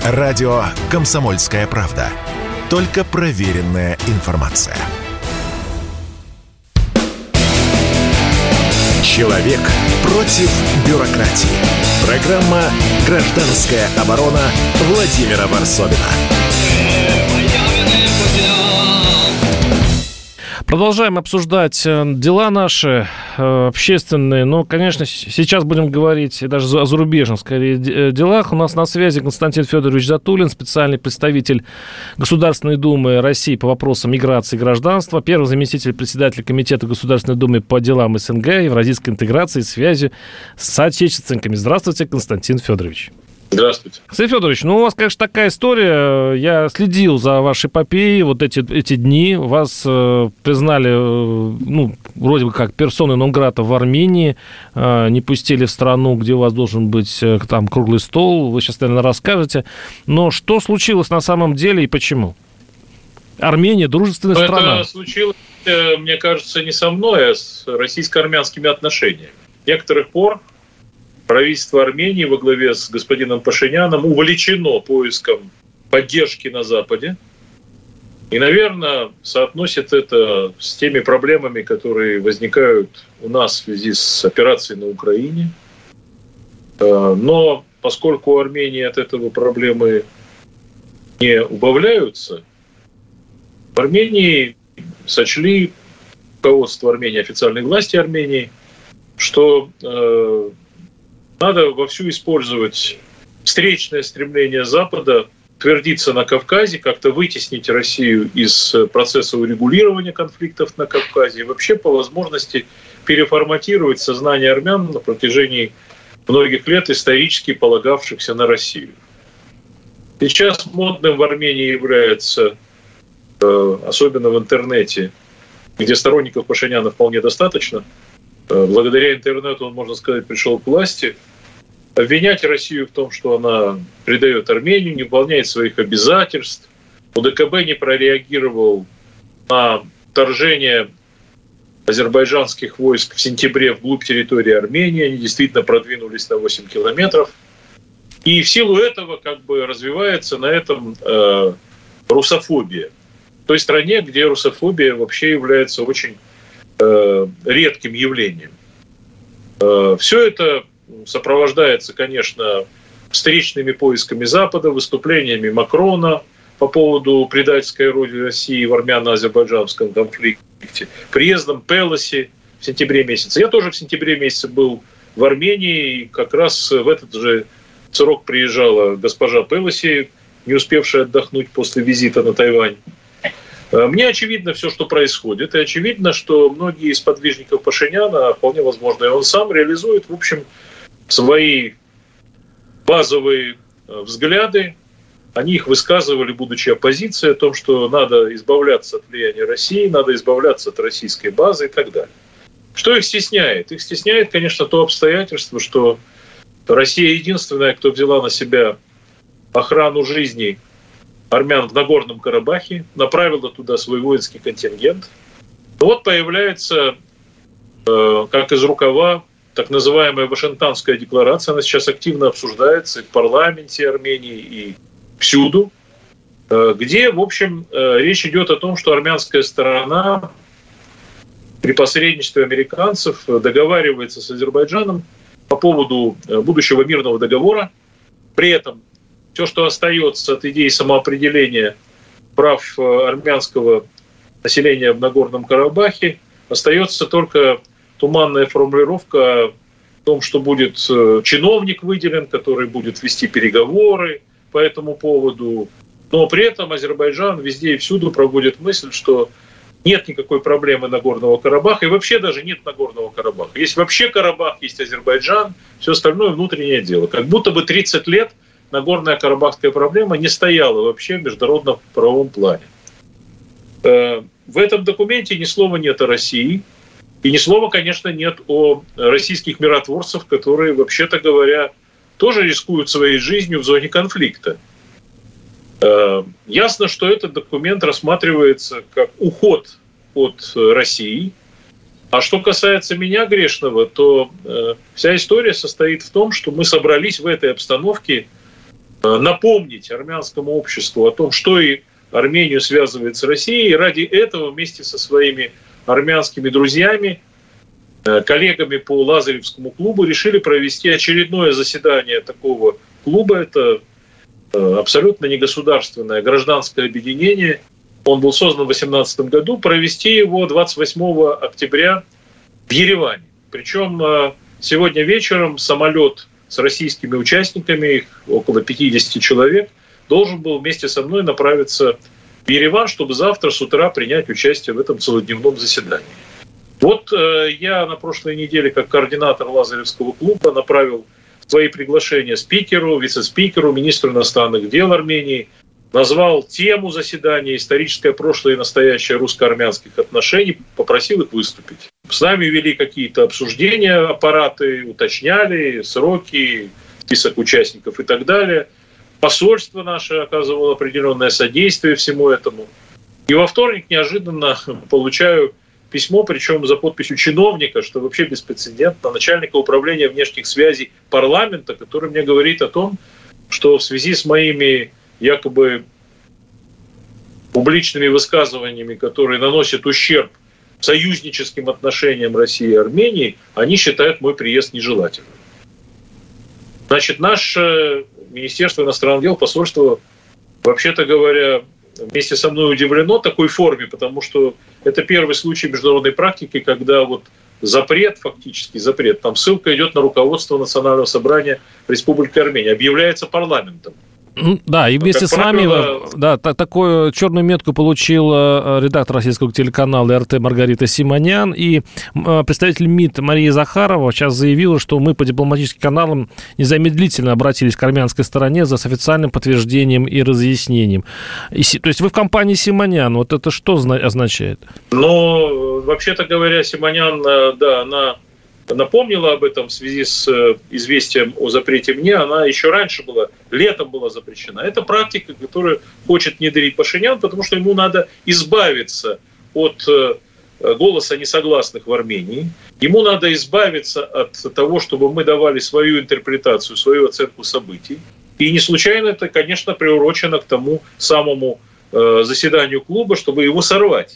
Радио «Комсомольская правда». Только проверенная информация. Человек против бюрократии. Программа «Гражданская оборона» Владимира Варсовина. Продолжаем обсуждать дела наши общественные. Но, конечно, сейчас будем говорить и даже о зарубежных, скорее, делах. У нас на связи Константин Федорович Затулин, специальный представитель Государственной Думы России по вопросам миграции и гражданства, первый заместитель председателя Комитета Государственной Думы по делам СНГ, евразийской интеграции и связи с соотечественниками. Здравствуйте, Константин Федорович. Здравствуйте. Константин Федорович, у вас, конечно, такая история. Я следил за вашей эпопеей вот эти дни. Вас признали, вроде бы как персоной нон-грата в Армении. Не пустили в страну, где у вас должен быть там круглый стол. Вы сейчас, наверное, расскажете. Но что случилось на самом деле и почему? Армения – дружественная страна. Это случилось, мне кажется, не со мной, а с российско-армянскими отношениями. С некоторых пор правительство Армении во главе с господином Пашиняном увлечено поиском поддержки на Западе и, наверное, соотносит это с теми проблемами, которые возникают у нас в связи с операцией на Украине. Но поскольку у Армении от этого проблемы не убавляются, в Армении сочли руководство Армении, официальные власти Армении, что надо вовсю использовать встречное стремление Запада твердиться на Кавказе, как-то вытеснить Россию из процесса урегулирования конфликтов на Кавказе и вообще по возможности переформатировать сознание армян на протяжении многих лет, исторически полагавшихся на Россию. Сейчас модным в Армении является, особенно в интернете, где сторонников Пашиняна вполне достаточно, благодаря интернету он, можно сказать, пришел к власти, обвинять Россию в том, что она предает Армению, не выполняет своих обязательств. УДКБ не прореагировал на вторжение азербайджанских войск в сентябре вглубь территории Армении. Они действительно продвинулись на 8 километров. И в силу этого развивается на этом русофобия. В той стране, где русофобия вообще является очень редким явлением. Все это сопровождается, конечно, встречными поисками Запада, выступлениями Макрона по поводу предательской роли России в армяно-азербайджанском конфликте, приездом Пелоси в сентябре месяце. Я тоже в сентябре месяце был в Армении, и как раз в этот же срок приезжала госпожа Пелоси, не успевшая отдохнуть после визита на Тайвань. Мне очевидно все, что происходит, и очевидно, что многие из подвижников Пашиняна, вполне возможно, и он сам реализует, в общем, свои базовые взгляды. Они их высказывали, будучи оппозицией, о том, что надо избавляться от влияния России, надо избавляться от российской базы и так далее. Что их стесняет? Их стесняет, конечно, то обстоятельство, что Россия единственная, кто взяла на себя охрану жизней армян в Нагорном Карабахе, направила туда свой воинский контингент. Но вот появляется, как из рукава, так называемая Вашингтонская декларация. Она сейчас активно обсуждается и в парламенте Армении, и всюду, где, в общем, речь идет о том, что армянская сторона при посредничестве американцев договаривается с Азербайджаном по поводу будущего мирного договора. При этом все, что остается от идеи самоопределения прав армянского населения в Нагорном Карабахе, остается только туманная формулировка о том, что будет чиновник выделен, который будет вести переговоры по этому поводу. Но при этом Азербайджан везде и всюду проводит мысль, что нет никакой проблемы Нагорного Карабаха, и вообще даже нет Нагорного Карабаха. Есть вообще Карабах, есть Азербайджан, все остальное внутреннее дело. Как будто бы 30 лет Нагорная Карабахская проблема не стояла вообще в международном правовом плане. В этом документе ни слова нет о России, и ни слова, конечно, нет о российских миротворцах, которые, вообще-то говоря, тоже рискуют своей жизнью в зоне конфликта. Ясно, что этот документ рассматривается как уход от России. А что касается меня, грешного, то вся история состоит в том, что мы собрались в этой обстановке напомнить армянскому обществу о том, что и Армению связывает с Россией. И ради этого вместе со своими армянскими друзьями, коллегами по Лазаревскому клубу решили провести очередное заседание такого клуба. Это абсолютно негосударственное гражданское объединение. Он был создан в 2018 году. Провести его 28 октября в Ереване. Причем сегодня вечером самолет с российскими участниками, их около 50 человек, должен был вместе со мной направиться в Ереван, чтобы завтра с утра принять участие в этом целодневном заседании. Вот я на прошлой неделе, как координатор Лазаревского клуба, направил свои приглашения спикеру, вице-спикеру, министру иностранных дел Армении, назвал тему заседания «Историческое прошлое и настоящее русско-армянских отношений», попросил их выступить. С нами вели какие-то обсуждения, аппараты, уточняли сроки, список участников и так далее. Посольство наше оказывало определенное содействие всему этому. И во вторник неожиданно получаю письмо, причем за подписью чиновника, что вообще беспрецедентно, начальника управления внешних связей парламента, который мне говорит о том, что в связи с моими якобы публичными высказываниями, которые наносят ущерб союзническим отношениям России и Армении, они считают мой приезд нежелательным. Значит, наше Министерство иностранных дел, посольство, вообще-то говоря, вместе со мной удивлено такой форме, потому что это первый случай международной практики, когда вот запрет, фактически запрет, там ссылка идет на руководство Национального собрания Республики Армения, объявляется парламентом. Да, и вместе с вами такую черную метку получил редактор российского телеканала РТ Маргарита Симонян, и представитель МИД Мария Захарова сейчас заявила, что мы по дипломатическим каналам незамедлительно обратились к армянской стороне с официальным подтверждением и разъяснением. То есть вы в компании Симонян, вот это что означает? Ну, вообще-то говоря, Симонян, да, она напомнила об этом в связи с известием о запрете мне. Она еще раньше летом была запрещена. Это практика, которую хочет внедрить Пашинян, потому что ему надо избавиться от голоса несогласных в Армении. Ему надо избавиться от того, чтобы мы давали свою интерпретацию, свою оценку событий. И не случайно это, конечно, приурочено к тому самому заседанию клуба, чтобы его сорвать.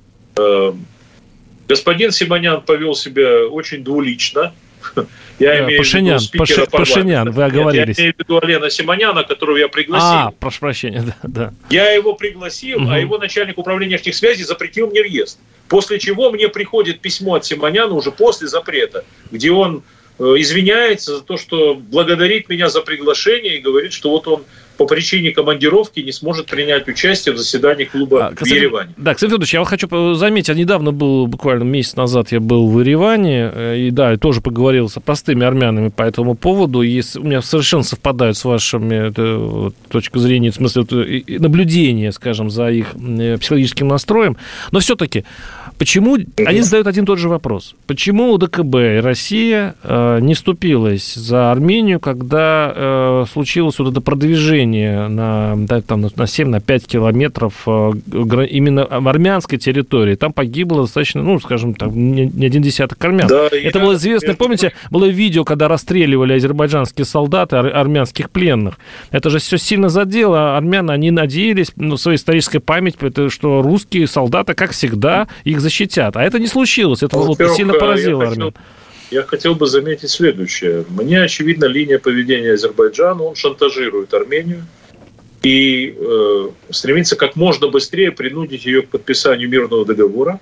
Господин Симонян повел себя очень двулично. Я имею в виду спикера Пашинян, вы оговорились. Я имею в виду Алена Симоняна, которого я пригласил. Прошу прощения, да. Я его пригласил, а его начальник управления внешних связей запретил мне въезд. После чего мне приходит письмо от Симоняна уже после запрета, где он извиняется за то, что благодарит меня за приглашение и говорит, что вот он по причине командировки не сможет принять участие в заседании клуба в Ереване. Да, Константин Федорович, я вот хочу заметить, я недавно был, буквально месяц назад я был в Ереване, и да, тоже поговорил с простыми армянами по этому поводу, и у меня совершенно совпадают с вашими точкой зрения, в смысле наблюдения, скажем, за их психологическим настроем, но все-таки почему они задают один и тот же вопрос? Почему УДКБ и Россия не вступилась за Армению, когда случилось вот это продвижение на 7-5 километров именно в армянской территории? Там погибло достаточно, скажем так, не один десяток армян. Да, это было известно, помните, было видео, когда расстреливали азербайджанские солдаты армянских пленных. Это же все сильно задело армян, они надеялись, в своей исторической памяти, что русские солдаты, как всегда, их защитят. А это не случилось, это сильно поразило армян. Я хотел бы заметить следующее. Мне очевидна линия поведения Азербайджана. Он шантажирует Армению и стремится как можно быстрее принудить ее к подписанию мирного договора.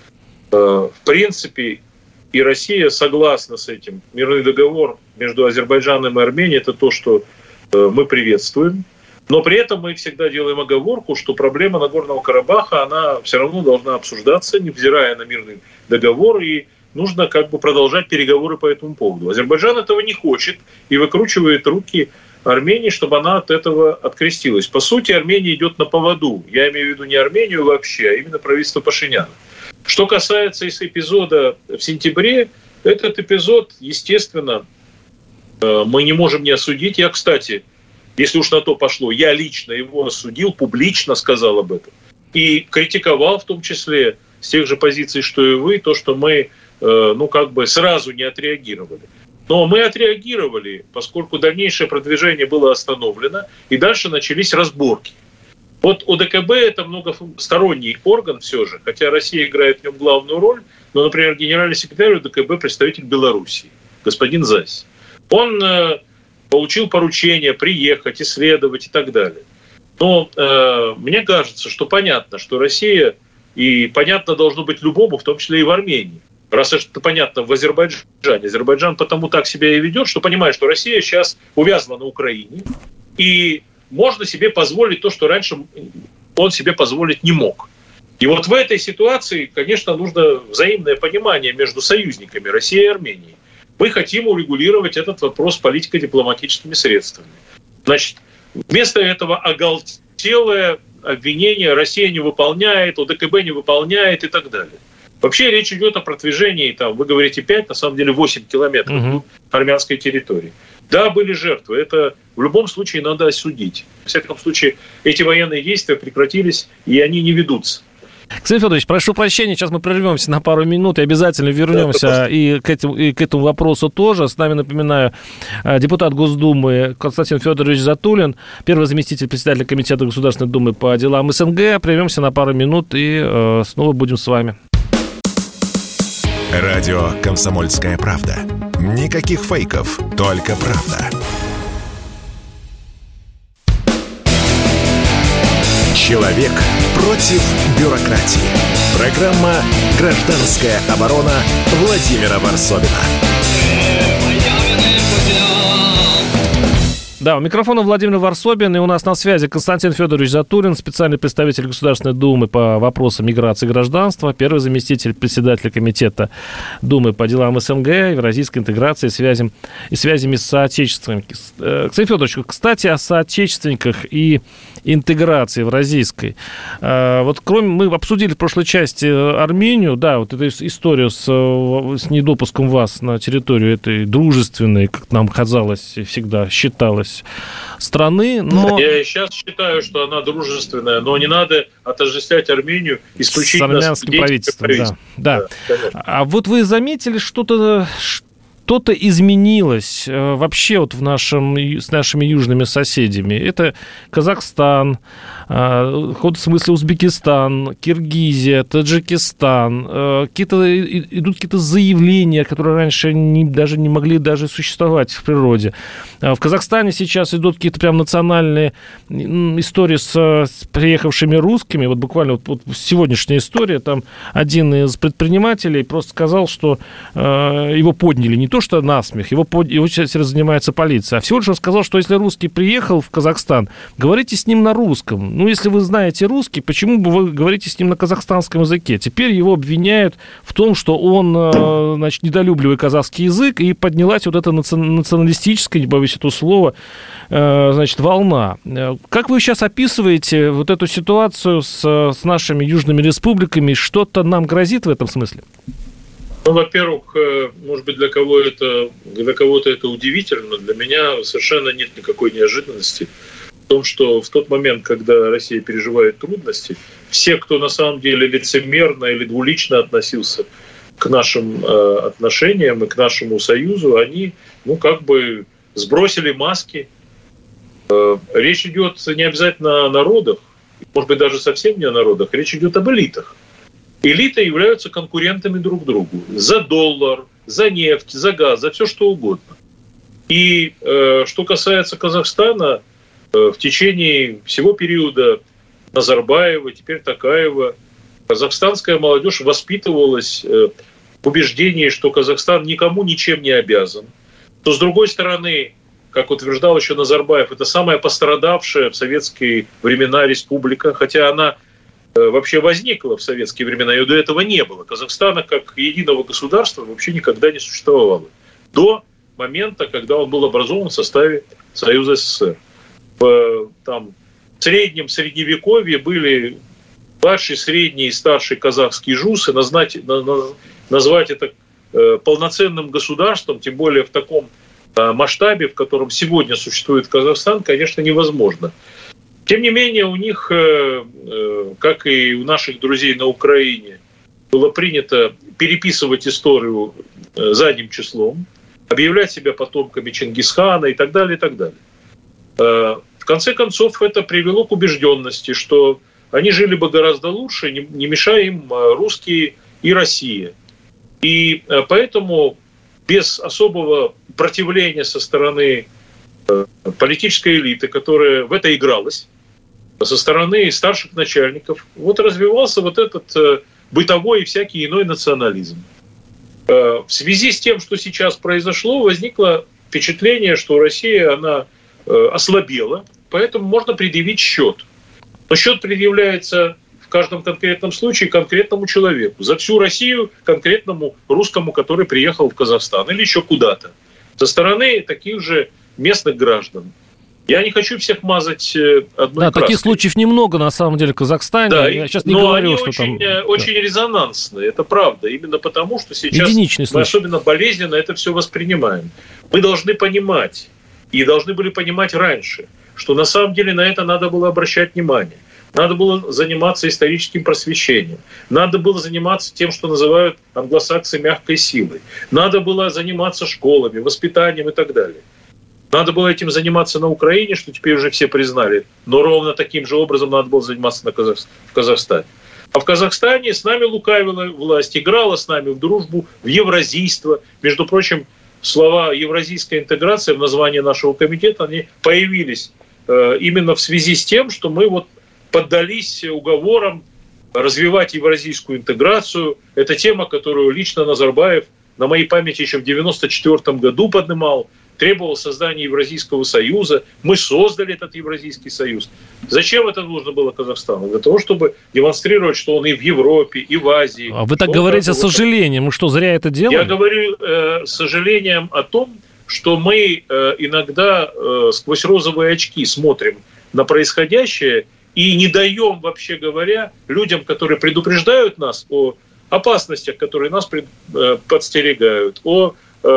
В принципе, и Россия согласна с этим. Мирный договор между Азербайджаном и Арменией – это то, что мы приветствуем. Но при этом мы всегда делаем оговорку, что проблема Нагорного Карабаха, она все равно должна обсуждаться, невзирая на мирный договор, и нужно продолжать переговоры по этому поводу. Азербайджан этого не хочет и выкручивает руки Армении, чтобы она от этого открестилась. По сути, Армения идет на поводу. Я имею в виду не Армению вообще, а именно правительство Пашиняна. Что касается эпизода в сентябре, этот эпизод, естественно, мы не можем не осудить. Я, кстати, если уж на то пошло, я лично его осудил, публично сказал об этом. И критиковал в том числе с тех же позиций, что и вы, то, что мы сразу не отреагировали. Но мы отреагировали, поскольку дальнейшее продвижение было остановлено, и дальше начались разборки. Вот ОДКБ – это многосторонний орган все же, хотя Россия играет в нем главную роль, но, например, генеральный секретарь ОДКБ – представитель Белоруссии, господин Зась. Он получил поручение приехать, исследовать и так далее. Но мне кажется, что понятно, что Россия, и понятно должно быть любому, в том числе и в Армении. Раз это понятно в Азербайджане. Азербайджан потому так себя и ведет, что понимает, что Россия сейчас увязла на Украине, и можно себе позволить то, что раньше он себе позволить не мог. И вот в этой ситуации, конечно, нужно взаимное понимание между союзниками России и Армении. Мы хотим урегулировать этот вопрос политико-дипломатическими средствами. Значит, вместо этого оголтелое обвинение: Россия не выполняет, ОДКБ не выполняет и так далее. Вообще речь идет о продвижении, вы говорите 5, на самом деле 8 километров армянской территории. Да, были жертвы, это в любом случае надо осудить. В всяком случае, эти военные действия прекратились, и они не ведутся. Алексей Федорович, прошу прощения, сейчас мы прервемся на пару минут и обязательно вернемся и к этому вопросу тоже. С нами, напоминаю, депутат Госдумы Константин Федорович Затулин, первый заместитель председателя Комитета Государственной Думы по делам СНГ. Прервемся на пару минут и снова будем с вами. Радио «Комсомольская правда». Никаких фейков, только правда. Человек против бюрократии. Программа «Гражданская оборона» Владимира Варсобина. Да, у микрофона Владимир Варсобин, и у нас на связи Константин Федорович Затулин, специальный представитель Государственной Думы по вопросам миграции и гражданства, первый заместитель председателя Комитета Думы по делам СНГ, евразийской интеграции и связями с соотечественниками. Константин Федорович, кстати, о соотечественниках и интеграции евразийской. Вот мы обсудили в прошлой части Армению, да, вот эту историю с недопуском вас на территорию этой дружественной, как нам казалось, всегда считалось, страны, но... Я и сейчас считаю, что она дружественная, но не надо отождествлять Армению исключительно с армянским правительством. Да. А вот вы заметили, что-то изменилось вообще вот с нашими южными соседями. Это Казахстан, в смысле Узбекистан, Киргизия, Таджикистан. Идут какие-то заявления, которые раньше даже не могли даже существовать в природе. В Казахстане сейчас идут какие-то прям национальные истории с приехавшими русскими. Вот буквально вот сегодняшняя история. Там один из предпринимателей просто сказал, что его подняли не то что насмех, его сейчас занимается полиция, а всего лишь он сказал, что если русский приехал в Казахстан, говорите с ним на русском. Ну, если вы знаете русский, почему бы вы говорите с ним на казахстанском языке? Теперь его обвиняют в том, что он, недолюбливает казахский язык, и поднялась вот эта националистическая, не боюсь этого слова, волна. Как вы сейчас описываете вот эту ситуацию с нашими южными республиками? Что-то нам грозит в этом смысле? Ну, во-первых, может быть, для кого-то это удивительно, для меня совершенно нет никакой неожиданности в том, что в тот момент, когда Россия переживает трудности, все, кто на самом деле лицемерно или двулично относился к нашим отношениям и к нашему союзу, они, сбросили маски. Речь идет не обязательно о народах, может быть, даже совсем не о народах, речь идет об элитах. Элиты являются конкурентами друг другу за доллар, за нефть, за газ, за все что угодно. И что касается Казахстана, в течение всего периода Назарбаева, теперь Токаева, казахстанская молодежь воспитывалась в убеждении, что Казахстан никому ничем не обязан. То, с другой стороны, как утверждал еще Назарбаев, это самая пострадавшая в советские времена республика, хотя она вообще возникла в советские времена, и до этого не было. Казахстана как единого государства вообще никогда не существовало. До момента, когда он был образован в составе Союза СССР. В среднем Средневековье были младший, средний и старший казахские жусы. Назвать это полноценным государством, тем более в таком масштабе, в котором сегодня существует Казахстан, конечно, невозможно. Тем не менее, у них, как и у наших друзей на Украине, было принято переписывать историю задним числом. объявлять себя потомками Чингисхана и так далее, и так далее. В конце концов, это привело к убежденности, что они жили бы гораздо лучше, не мешая им русские и Россия. И поэтому без особого противления со стороны политической элиты, которая в это игралась, со стороны старших начальников, вот развивался вот этот бытовой и всякий иной национализм. В связи с тем, что сейчас произошло, возникло впечатление, что Россия, она ослабела, поэтому можно предъявить счет. Но счет предъявляется в каждом конкретном случае конкретному человеку. За всю Россию конкретному русскому, который приехал в Казахстан или еще куда-то. Со стороны таких же местных граждан. Я не хочу всех мазать одной краской. Таких случаев немного, на самом деле, в Казахстане. Да, я сейчас не говорю, что очень, там... очень резонансные, это правда. Именно потому, что сейчас мы особенно болезненно это все воспринимаем. Мы должны понимать, и должны были понимать раньше, что на самом деле на это надо было обращать внимание. Надо было заниматься историческим просвещением. Надо было заниматься тем, что называют англосаксы мягкой силой. Надо было заниматься школами, воспитанием и так далее. Надо было этим заниматься на Украине, что теперь уже все признали. Но ровно таким же образом надо было заниматься в Казахстане. А в Казахстане с нами лукавила власть, играла с нами в дружбу, в евразийство. Между прочим, слова «евразийская интеграция» в названии нашего комитета, они появились именно в связи с тем, что мы вот поддались уговорам развивать евразийскую интеграцию. Это тема, которую лично Назарбаев на моей памяти еще в 1994 году поднимал, требовал создания Евразийского союза. Мы создали этот Евразийский союз. Зачем это нужно было Казахстану? Для того, чтобы демонстрировать, что он и в Европе, и в Азии. А вы так говорите с сожалением. Мы что, зря это делаем? Я говорю с сожалением о том, что мы иногда сквозь розовые очки смотрим на происходящее и не даем, вообще говоря, людям, которые предупреждают нас о опасностях, которые нас подстерегают, о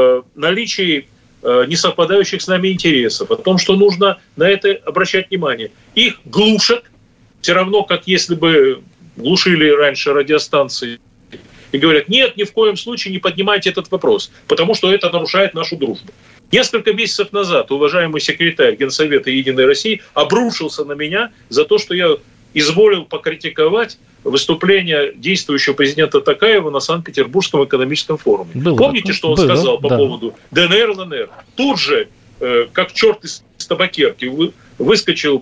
наличии несовпадающих с нами интересов, о том, что нужно на это обращать внимание. Их глушат, все равно, как если бы глушили раньше радиостанции, и говорят, нет, ни в коем случае не поднимайте этот вопрос, потому что это нарушает нашу дружбу. Несколько месяцев назад уважаемый секретарь Генсовета Единой России обрушился на меня за то, что я изволил покритиковать выступление действующего президента Токаева на Санкт-Петербургском экономическом форуме. Помните, что он сказал по поводу ДНР, ЛНР? Тут же, как черт из табакерки, выскочил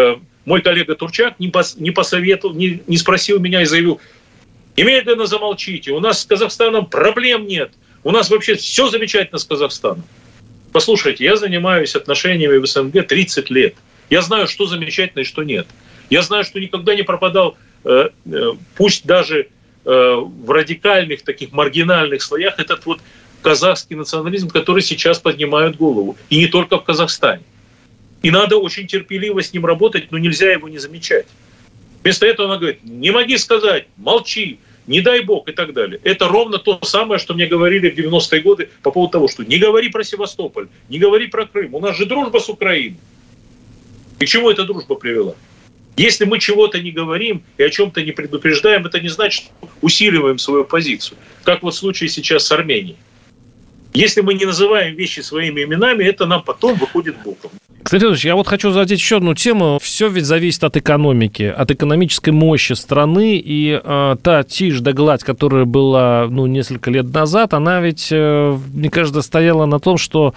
мой коллега Турчак, не посоветовал, не спросил меня и заявил, немедленно замолчите, у нас с Казахстаном проблем нет, у нас вообще все замечательно с Казахстаном. Послушайте, я занимаюсь отношениями в СНГ 30 лет. Я знаю, что замечательно и что нет. Я знаю, что никогда не пропадал, пусть даже в радикальных, таких маргинальных слоях, этот вот казахский национализм, который сейчас поднимает голову. И не только в Казахстане. И надо очень терпеливо с ним работать, но нельзя его не замечать. Вместо этого она говорит, не моги сказать, молчи, не дай бог и так далее. Это ровно то самое, что мне говорили в 90-е годы по поводу того, что не говори про Севастополь, не говори про Крым. У нас же дружба с Украиной. И к чему эта дружба привела? Если мы чего-то не говорим и о чем-то не предупреждаем, это не значит, что усиливаем свою позицию. Как вот в случае сейчас с Арменией. Если мы не называем вещи своими именами, это нам потом выходит боком. Кстати, я вот хочу задеть еще одну тему. Все ведь зависит от экономики, от экономической мощи страны. И та тишь да гладь, которая была несколько лет назад, она ведь, мне кажется, стояла на том, что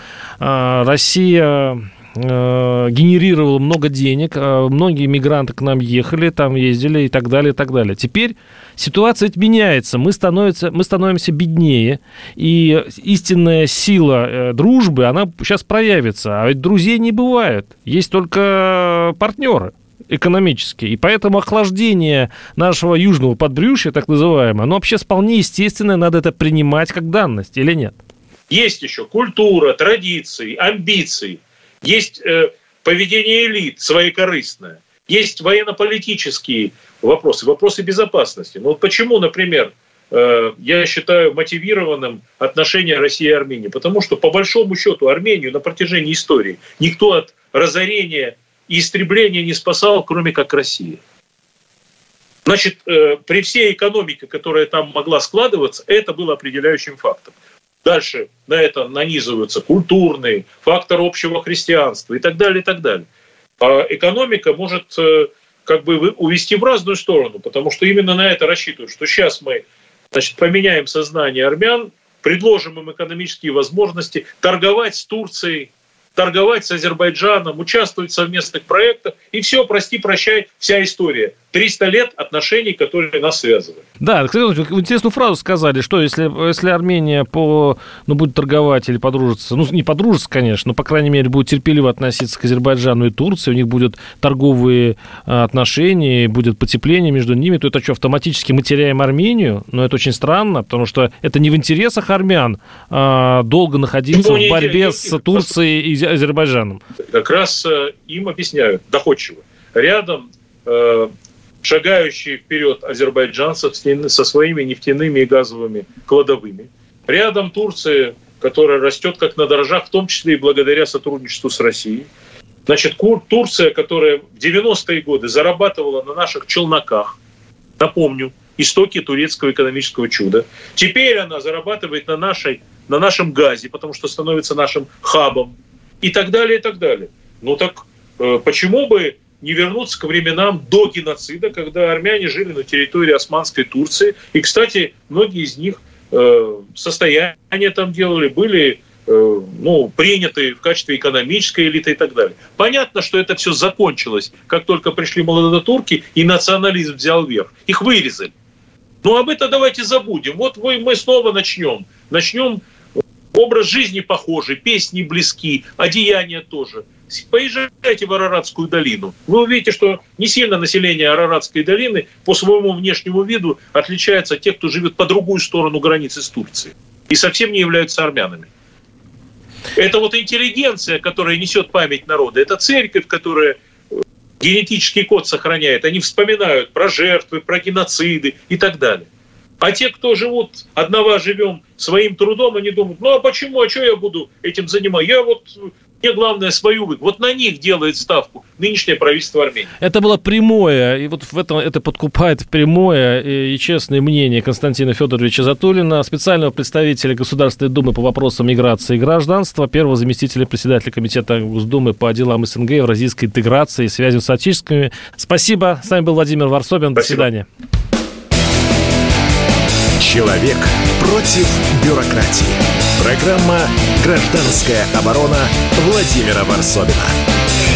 Россия генерировала много денег, многие мигранты к нам ехали, там ездили и так далее, и так далее. Теперь ситуация меняется, мы становимся беднее, и истинная сила дружбы, она сейчас проявится. А ведь друзей не бывает, есть только партнеры экономические. И поэтому охлаждение нашего южного подбрюшья, так называемое, оно вообще вполне естественное, надо это принимать как данность, или нет? Есть еще культура, традиции, амбиции. Есть поведение элит своекорыстное, есть военно-политические вопросы, вопросы безопасности. Но вот почему, например, я считаю мотивированным отношение России и Армении? Потому что, по большому счету, Армению на протяжении истории никто от разорения и истребления не спасал, кроме как Россия. Значит, при всей экономике, которая там могла складываться, это было определяющим фактом. Дальше на это нанизываются культурный фактор общего христианства и так далее, и так далее. А экономика может увести в разную сторону, потому что именно на это рассчитывают, что сейчас мы поменяем сознание армян, предложим им экономические возможности торговать с Турцией, торговать с Азербайджаном, участвовать в совместных проектах, и все, прости, прощай, вся история. 300 лет отношений, которые нас связывают. Да, кстати, вы интересную фразу сказали, что если Армения будет торговать или подружиться, не подружиться, конечно, но, по крайней мере, будет терпеливо относиться к Азербайджану и Турции, у них будут торговые отношения, будет потепление между ними, то это что, автоматически мы теряем Армению? Но это очень странно, потому что это не в интересах армян долго находиться в борьбе с Турцией и Азербайджаном. Как раз им объясняют доходчиво. Рядом шагающие вперед азербайджанцев со своими нефтяными и газовыми кладовыми. Рядом Турция, которая растет как на дрожжах, в том числе и благодаря сотрудничеству с Россией. Значит, Турция, которая в 90-е годы зарабатывала на наших челноках, напомню, истоки турецкого экономического чуда. Теперь она зарабатывает на нашем газе, потому что становится нашим хабом. И так далее, и так далее. Почему бы не вернуться к временам до геноцида, когда армяне жили на территории Османской Турции. И, кстати, многие из них состояние там делали, были приняты в качестве экономической элиты и так далее. Понятно, что это все закончилось, как только пришли молодотурки, и национализм взял верх. Их вырезали. Об этом давайте забудем. Мы снова начнем. Образ жизни похожий, песни близки, одеяния тоже. Поезжайте в Араратскую долину. Вы увидите, что не сильно население Араратской долины по своему внешнему виду отличается от тех, кто живет по другую сторону границы с Турцией. И совсем не являются армянами. Это интеллигенция, которая несет память народа. Это церковь, которая генетический код сохраняет. Они вспоминают про жертвы, про геноциды и так далее. А те, кто живут, живем своим трудом, они думают, почему, а что я буду этим заниматься? Мне главное свою выгоду. На них делает ставку нынешнее правительство Армении. Это было прямое, и в этом это подкупает прямое и честное мнение Константина Федоровича Затулина, специального представителя Государственной Думы по вопросам миграции и гражданства, первого заместителя председателя Комитета Госдумы по делам СНГ, евразийской интеграции и связям с отечественными. Спасибо. С вами был Владимир Варсобин. Спасибо. До свидания. Человек против бюрократии. Программа «Гражданская оборона» Владимира Варсобина.